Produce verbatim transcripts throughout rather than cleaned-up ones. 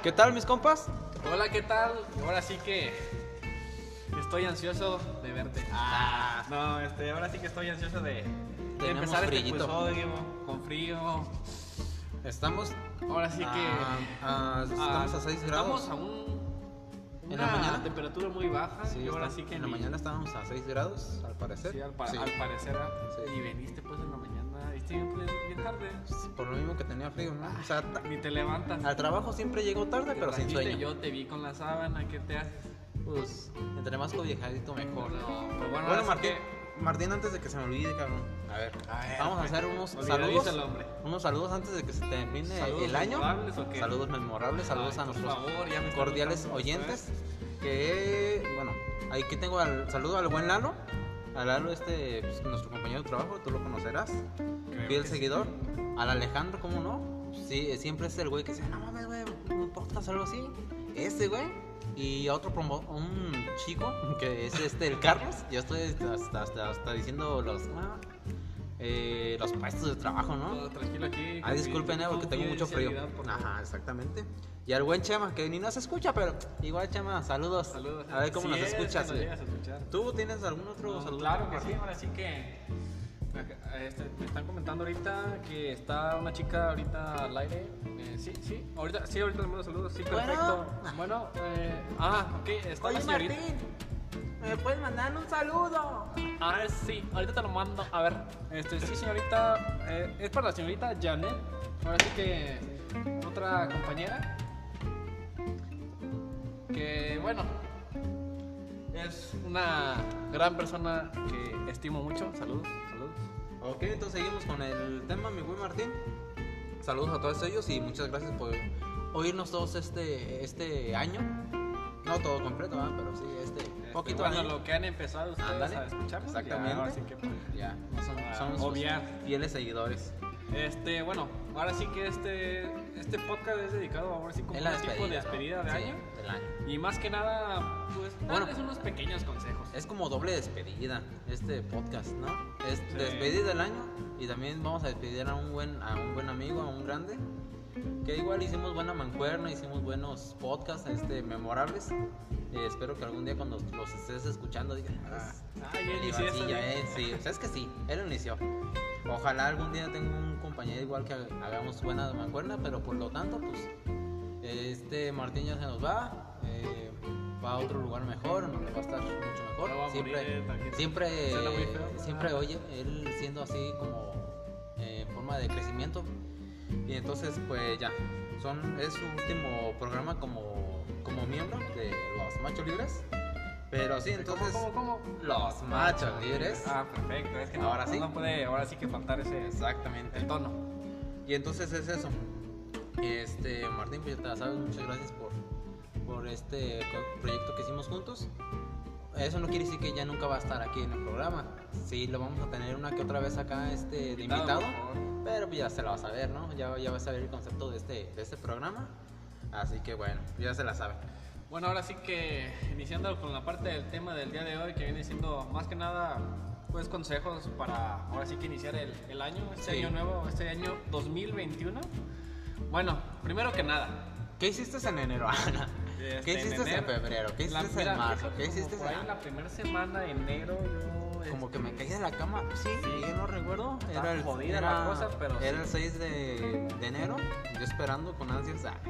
¿Qué tal, mis compas? Hola, ¿qué tal? Ahora sí que estoy ansioso de verte. Ah, no, este, ahora sí que estoy ansioso de, de empezar este frillito. episodio con frío. Estamos. Ahora sí que ah, ah, estamos a seis grados. Estamos a un, ¿En una la mañana? temperatura muy baja. Sí, y ahora está- sí que en la ni- mañana estábamos a seis grados, al parecer. Sí, al, pa- Sí. al parecer. ¿ah? Sí. Y veniste pues en la mañana. Viste bien, bien tarde. Por lo mismo que tenía frío, ¿no? O sea, ta- Ni te levantas. al trabajo siempre llego tarde, Te pero sin trajiste, sueño. Yo te vi con la sábana. ¿Qué te haces? Pues, entre más cobijadito mejor. No, pues bueno, Bueno, ahora sí Martín, que- Martín, antes de que se me olvide, cabrón. A ver, A ver, vamos a pues, hacer unos olvidadizo saludos. el hombre. Unos saludos antes de que se termine ¿Saludos el año. memorables o qué? Saludos memorables, saludos Ay, a por nuestros favor, ya me están cordiales gustando oyentes. ustedes. Que, bueno, aquí tengo al saludo al buen Lalo. A Lalo, este, pues, nuestro compañero de trabajo, tú lo conocerás. Creo Fiel que sí. seguidor. Al Alejandro, ¿cómo no? Sí, siempre es el güey que dice, no mames, güey, un podcast o algo así. Ese güey. Y a otro promo, un chico que es este, el Carlos. Yo estoy hasta, hasta, hasta diciendo los, ah, eh, los puestos de trabajo, ¿no? Todo tranquilo aquí. Ah, disculpen, eh, porque tengo mucho frío. Ajá, exactamente. Y al buen Chema, que ni nos escucha, pero igual, Chema, saludos. Saludos. A ver cómo Si nos es que escuchas. nos güey. llegas a escuchar. ¿Tú tienes algún otro No, saludo? claro que sí, ahora sí que este, me están comentando ahorita que está una chica ahorita al aire. Eh, sí, sí, ahorita, sí, ahorita le mando saludos, sí, Bueno. perfecto. Bueno, eh, ah, ok, está la señorita. ¿me puedes mandar un saludo? A ver, sí, ahorita te lo mando. A ver, este, sí, señorita, eh, es para la señorita Janet. Ahora sí que otra compañera. Que, bueno, es una gran persona que estimo mucho. Saludos, saludos. Ok, entonces seguimos con el tema, mi buen Martín. Saludos a todos ellos y muchas gracias por oírnos todos este, este año. No todo completo, ¿verdad? Pero sí, este, Este, poquito bueno, año. lo que han empezado ustedes Ándale, a escuchar. exactamente. Así que, pues, Ya, son, Ah, son sus obviar. fieles seguidores. este, bueno, ahora sí que este, este podcast es dedicado ahora sí como Es un la tipo de despedida, despedida ¿no? de Sí, año. del año. Y más que nada, pues, Bueno. darles unos pequeños consejos. Es como doble despedida este podcast, ¿no? Es Sí. despedida del año y también vamos a despedir a un buen a un buen amigo, a un grande, que igual hicimos buena mancuerna, hicimos buenos podcasts este memorables. Eh, espero que algún día cuando los estés escuchando digan, ah, Ah, ya el inicié eso, Ivancilla, ¿no? eh, sí, o sea, es que sí, él lo inició. Ojalá algún día tenga un compañero igual que hagamos buena mancuerna, pero por lo tanto, pues este Martín ya se nos va, eh, va a otro lugar mejor, donde va a estar mucho mejor. No va a siempre, morir, tranquilo. siempre, Suena muy feo, ¿no? siempre oye, él siendo así como eh, en forma de crecimiento. Y entonces, pues ya, son, es su último programa como, como miembro de los Machos Libres. Pero sí, entonces, ¿Cómo, cómo, cómo? los Machos Libres. Ah, perfecto. Es que no, Ahora sí. no puede, ahora sí que faltar ese Exactamente. el tono. Y entonces es eso. Este, Martín, pues ya te la sabes, muchas gracias por, por este co- proyecto que hicimos juntos. Eso no quiere decir que ya nunca va a estar aquí en el programa. Sí, lo vamos a tener una que otra vez acá este, de invitado. por favor. Pero pues ya se la va a saber, ¿no? Ya, ya va a saber el concepto de este, de este programa. Así que bueno, ya se la sabe. Bueno, ahora sí que iniciando con la parte del tema del día de hoy, que viene siendo más que nada, pues consejos para ahora sí que iniciar el, el año, este Sí. año nuevo, este año dos mil veintiuno. Bueno, primero que nada, ¿Qué hiciste en enero, Ana? Este, ¿Qué hiciste en, enero, febrero? ¿Qué la- hiciste mira, en marzo? fíjate, ¿Qué como hiciste por ahí en en la primera semana de enero yo Como que este, me caí de la cama, sí, Sí. yo no recuerdo. Estaba Era el, jodida era, la cosa, pero era sí. el seis de, de enero, yo esperando con ansias a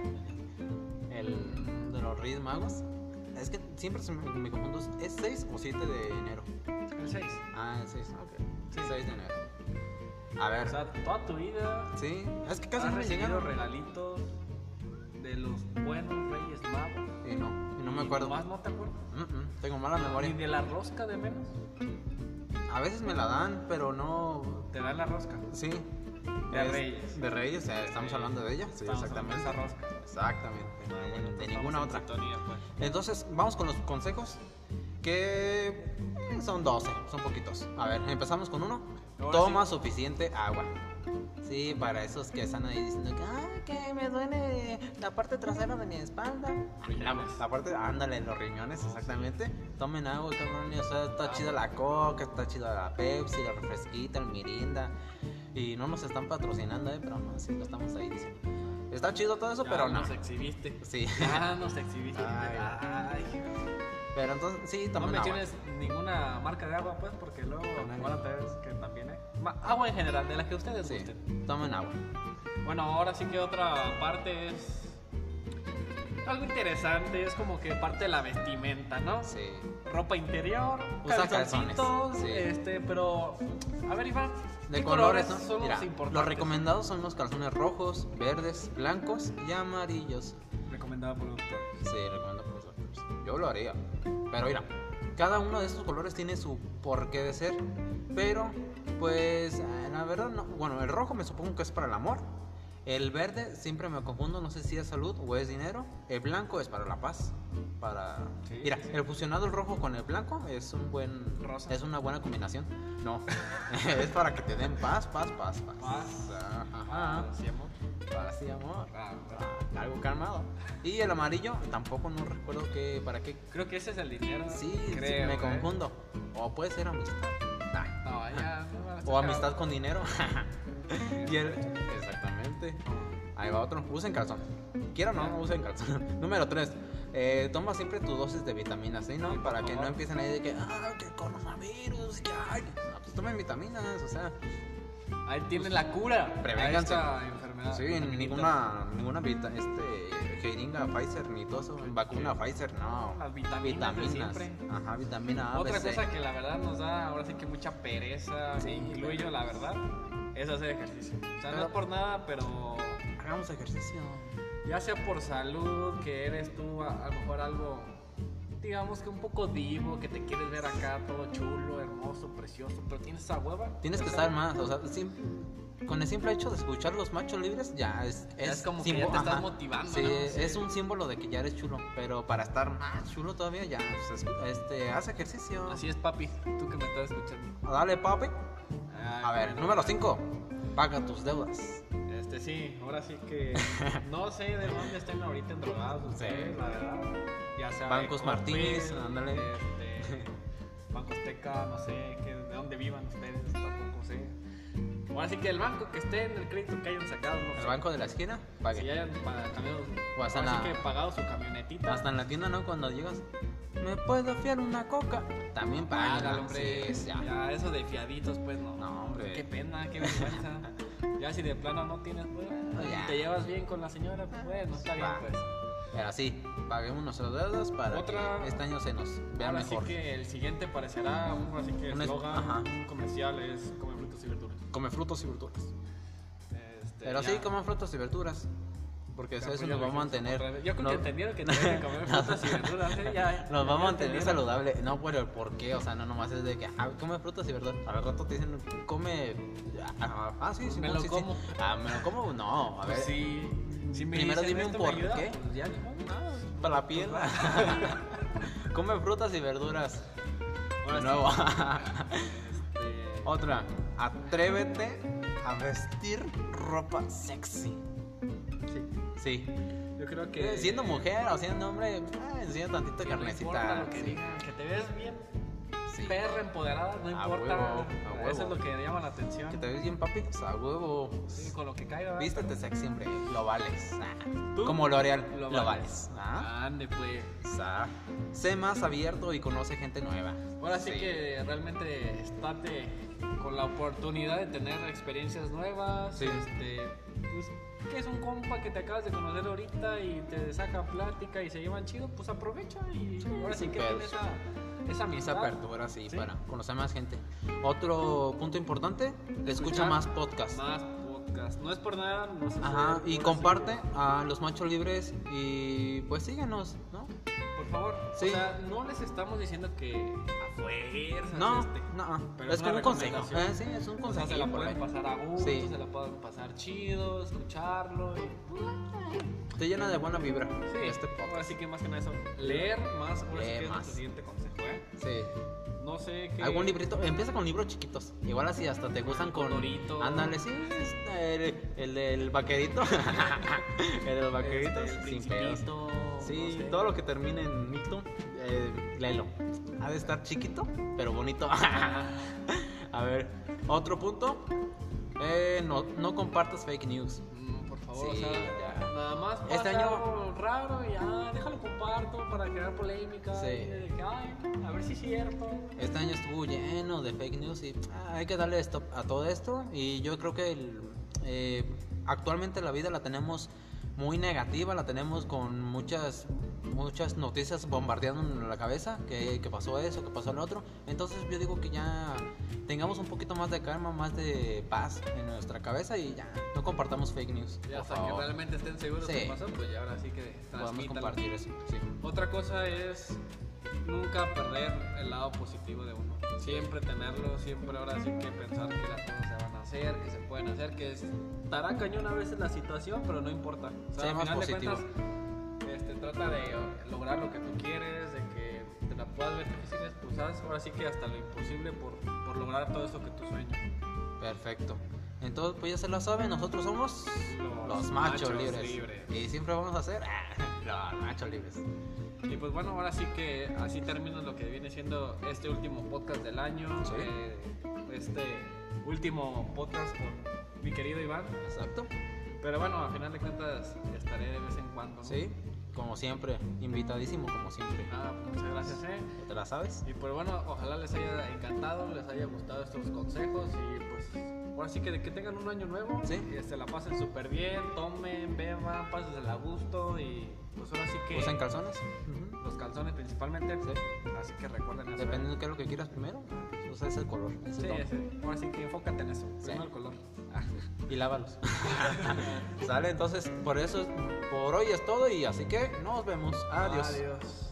el de los Reyes Magos. Es que siempre se me, me confundo, ¿es seis o siete de enero? el seis. Ah, el seis, ok. Sí, seis de enero. A ver, O sea, toda tu vida sí, es que casi has no me recibido llegaron. regalitos de los buenos Reyes Magos. Y no, y no me Y acuerdo. nomás no te acuerdas. Mm, mm, tengo mala Ni memoria. de la rosca de menos. A veces me la dan, pero no. Te dan la rosca. Sí. De Es- Reyes. De Reyes, eh, estamos Sí. hablando de ella. Sí, Estamos exactamente. hablando de esa rosca. Exactamente. Ah, bueno, de entonces ninguna estamos en otra. sintonía, pues. Entonces, vamos con los consejos. Que eh, son doce, son poquitos. A ver, empezamos con uno. Ahora Toma sí. suficiente agua. Sí, para esos que están ahí diciendo que, ah, que me duele la parte trasera de mi espalda. Riñones. La parte, ándale, los riñones, exactamente. Tomen agua, cabrón. O sea, está chida la coca, está chida la Pepsi, la refresquita, el Mirinda. Y no nos están patrocinando, eh, pero no, sí lo estamos ahí diciendo. Está chido todo eso, Ya pero no. nos exhibiste. Sí. Ya nos exhibiste. Ay, Ay. Pero entonces, sí, No tomen agua. menciones ninguna marca de agua, pues, porque luego Tomen. van a tener que también hay. Ma- Agua en general, de la que ustedes Sí, gusten. tomen agua. Bueno, ahora sí que otra parte es algo interesante, es como que parte de la vestimenta, ¿no? Sí. Ropa interior, Usa calzoncitos, calzones, sí. este, pero a ver, Iván, De ¿qué colores, ¿no? son Mira, los importantes? los recomendados son los calzones rojos, verdes, blancos y amarillos. Recomendado por doctor. Sí, recomiendo por los doctores. Yo lo haría. Pero mira, cada uno de estos colores tiene su porqué de ser. Pero, pues, eh, la verdad, no. Bueno, el rojo me supongo que es para el amor. El verde siempre me confundo, no sé si es salud o es dinero. El blanco es para la paz. Para. Sí, Mira, sí, sí. el fusionado el rojo con el blanco es un buen. Rosa. Es una buena combinación. No. Es para que te den paz, paz, paz, paz. Paz. Ajá. Ah, sí, amor. Paz y amor. Ah, Ah, algo calmado. Y el amarillo, tampoco no recuerdo que para qué. creo que ese es el dinero. Sí, creo, sí, me ¿eh? confundo. O puede ser amistad. Ay. No, ya, no me la estoy O amistad cagando. con dinero. Y el- Exactamente. Ahí va otro. Usen calzón. Quiero o no, no usen calzón. Número tres. Eh, toma siempre tu dosis de vitaminas, ¿sí? ¿no? Sí, por Para que no favor. empiecen ahí de que, ah, que coronavirus, que ay. No, pues tomen vitaminas, o sea. Ahí tienen la cura. Prevénganse. A esta enfermedad. Sí, Vitaminita. ninguna, ninguna vita- este, jeringa Pfizer ni todo eso, vacuna Pfizer, no. Las vitaminas de siempre. Ajá, vitamina A, Otra B, C. cosa que la verdad nos da ahora sí que mucha pereza, Sí, incluyo pero- la verdad, es hacer ejercicio. O sea, no Pero- es por nada, pero Hagamos ejercicio. ya sea por salud, que eres tú a, a lo mejor algo, digamos que un poco divo, que te quieres ver acá todo chulo, hermoso, precioso, pero tienes esa hueva. Tienes que o sea, estar más, o sea, sim- con el simple hecho de escuchar los machos libres ya es, Ya es, es como que símbolo- ya te estás ajá. motivando, Sí, ¿no? Sí. es un símbolo de que ya eres chulo, pero para estar más chulo todavía ya, pues, escu- este, haz ejercicio. Así es, papi, tú que me estás escuchando. Dale, papi. Ay, A ver, bueno. número cinco. Paga tus deudas. Este sí, ahora sí que no sé de dónde estén ahorita endrogados ustedes, la verdad. Ya sea Bancos Ecopex, Martínez, ándale. Este, Banco Azteca, no sé que, de dónde vivan ustedes, tampoco sé. Ahora sí que el banco que esté en el crédito que hayan sacado, no El sé. banco de la esquina, Si pague. hayan pa- cambiado, O hasta ahora la- sí que pagado su camionetita. Hasta en la tienda, ¿no? Cuando llegas, ¿me puedo fiar una coca? También paga. Págalo, hombre. Sí, ya. ya. eso de fiaditos, pues no. No, hombre. Qué pena, qué vergüenza. Ya si de plano no tienes, pues, No, ya. y te llevas bien con la señora, pues bueno, está bien, Va. pues. Pero sí, paguemos nuestras deudas para Otra- que este año se nos vea Ahora mejor. sí que el siguiente parecerá un así que Un es- eslogan, ajá. un comercial es comer frutas y verduras. Come frutos y verduras. Este, Pero ya. sí, coman frutas y verduras. Porque Ya, eso pues, ya nos va a lo dijimos mantener. otra vez. Yo creo no- que entendieron que tenemos que comer frutas y verduras. ¿eh? Ya, Nos va a ya mantener entendieron. saludable. No por el por qué, o sea, no nomás es de que ah, come frutas y verduras. Al rato te dicen, come. Ah, ah, sí, sí, Me sí, lo sí, sí. como. Ah, me lo como. No, a ver. Pues sí, si me Primero dicen dime un esto, ¿me por ayuda? qué. Pues ya ni modo, nada. Para la piel. Come frutas y verduras. Ahora De sí, nuevo. este, Otra. Atrévete a vestir ropa sexy. sí, Sí. yo creo que Eh, Siendo mujer o siendo hombre, ah, enseña tantito que no importa carnecita. lo que Sí. digan, que te ves bien, Sí. perra empoderada, no A importa. huevo, a Eso es huevo. lo que llama la atención. Que te ves bien, papi. O sea, huevo. Sí, con lo que caiga. ¿verdad? Vístete sexy, hombre. Lo vales. Ah. ¿Tú? Como L'Oreal. Lo Lo, vales. vales. Ah. Ande, pues. O sea, sé más abierto y conoce gente nueva. Ahora sí, que realmente estate con la oportunidad de tener experiencias nuevas. Sí. Este, pues, que es un compa que te acabas de conocer ahorita y te saca plática y se llevan chido, pues aprovecha y ahora sí sin que pedos. tienes esa, esa Esa amistad. apertura, sí, Sí. para conocer más gente. Otro punto importante, escucha Escuchar más podcasts. Más podcast. No es por nada. No sé, Ajá, ahora y sí comparte que- a los machos libres y pues síguenos, ¿no? Por favor. Sí. O sea, no les estamos diciendo que a fuerzas. No, este, no, pero es es como una un consejo. recomendación. Eh, sí, es un O sea, consejo. se la pueden pasar a gusto, Sí. se la pueden pasar chido, escucharlo y... Te llena de buena vibra Sí, este ahora podcast. sí que más que nada eso. Leer más, ahora sí Lee que es más. nuestro siguiente consejo, ¿eh? Sí. No sé qué... Algún librito, empieza con libros chiquitos. Igual así hasta te gustan con. Dorito. Ándale, sí, este, el, el del vaquerito. el del vaquerito, Este, el sin pedos. Principito, Sí, no sé. todo lo que termine en mito, eh, léelo. Ha de estar chiquito, pero bonito. A ver, otro punto. Eh, no, no compartas fake news. Mm, por favor, Sí, o sea, ya. Nada más pasa Este año- algo raro y ya, déjalo comparto para crear polémica. Sí. Y de que, ay, a ver si es cierto. Este año estuvo lleno de fake news y ah, hay que darle stop a todo esto. Y yo creo que el, eh, actualmente la vida la tenemos muy negativa, la tenemos con muchas muchas noticias bombardeando en la cabeza, que, que pasó eso, que pasó lo otro. Entonces yo digo que ya tengamos un poquito más de calma, más de paz en nuestra cabeza y ya no compartamos fake news. Y por hasta que favor. realmente estén seguros Sí. de qué pasó, pues ya ahora sí que Podemos transmítalo. compartir eso. Sí. Otra cosa es nunca perder el lado positivo de uno. Siempre tenerlo, siempre ahora sí que pensar que las cosas se van a hacer, que se pueden hacer, que estará cañón a veces la situación, pero no importa. O sea, Sé al más final positivo. de cuentas, este, trata de lograr lo que tú quieres, de que te la puedas ver difíciles, pues haz ahora sí que hasta lo imposible por, por lograr todo eso que tú sueñas. Perfecto. Entonces, pues ya se lo saben, nosotros somos Los los, machos, machos libres. libres. Y siempre vamos a ser los machos libres. Y pues bueno, ahora sí que así termina lo que viene siendo este último podcast del año. Sí. eh, este último podcast con mi querido Iván. Exacto. Pero bueno, a final de cuentas estaré de vez en cuando, ¿no? Sí, como siempre, invitadísimo como siempre. Nada, pues muchas gracias, eh. ¿Ya te la sabes? Y pues bueno, ojalá les haya encantado, les haya gustado estos consejos y pues ahora sí que, que tengan un año nuevo, Sí. que se la pasen súper bien, tomen, beban, pásensela a gusto y pues ahora sí que ¿Usan calzones? Ujú. los calzones principalmente, Sí. así que recuerden eso. Dependiendo de qué es lo que quieras primero, usa ese color, ese Sí, tono. ese. Ahora sí que enfócate en eso, Sí. primero el color. Y lávalos. Sale, entonces, por eso, es- por hoy es todo y así que nos vemos. Adiós. Adiós.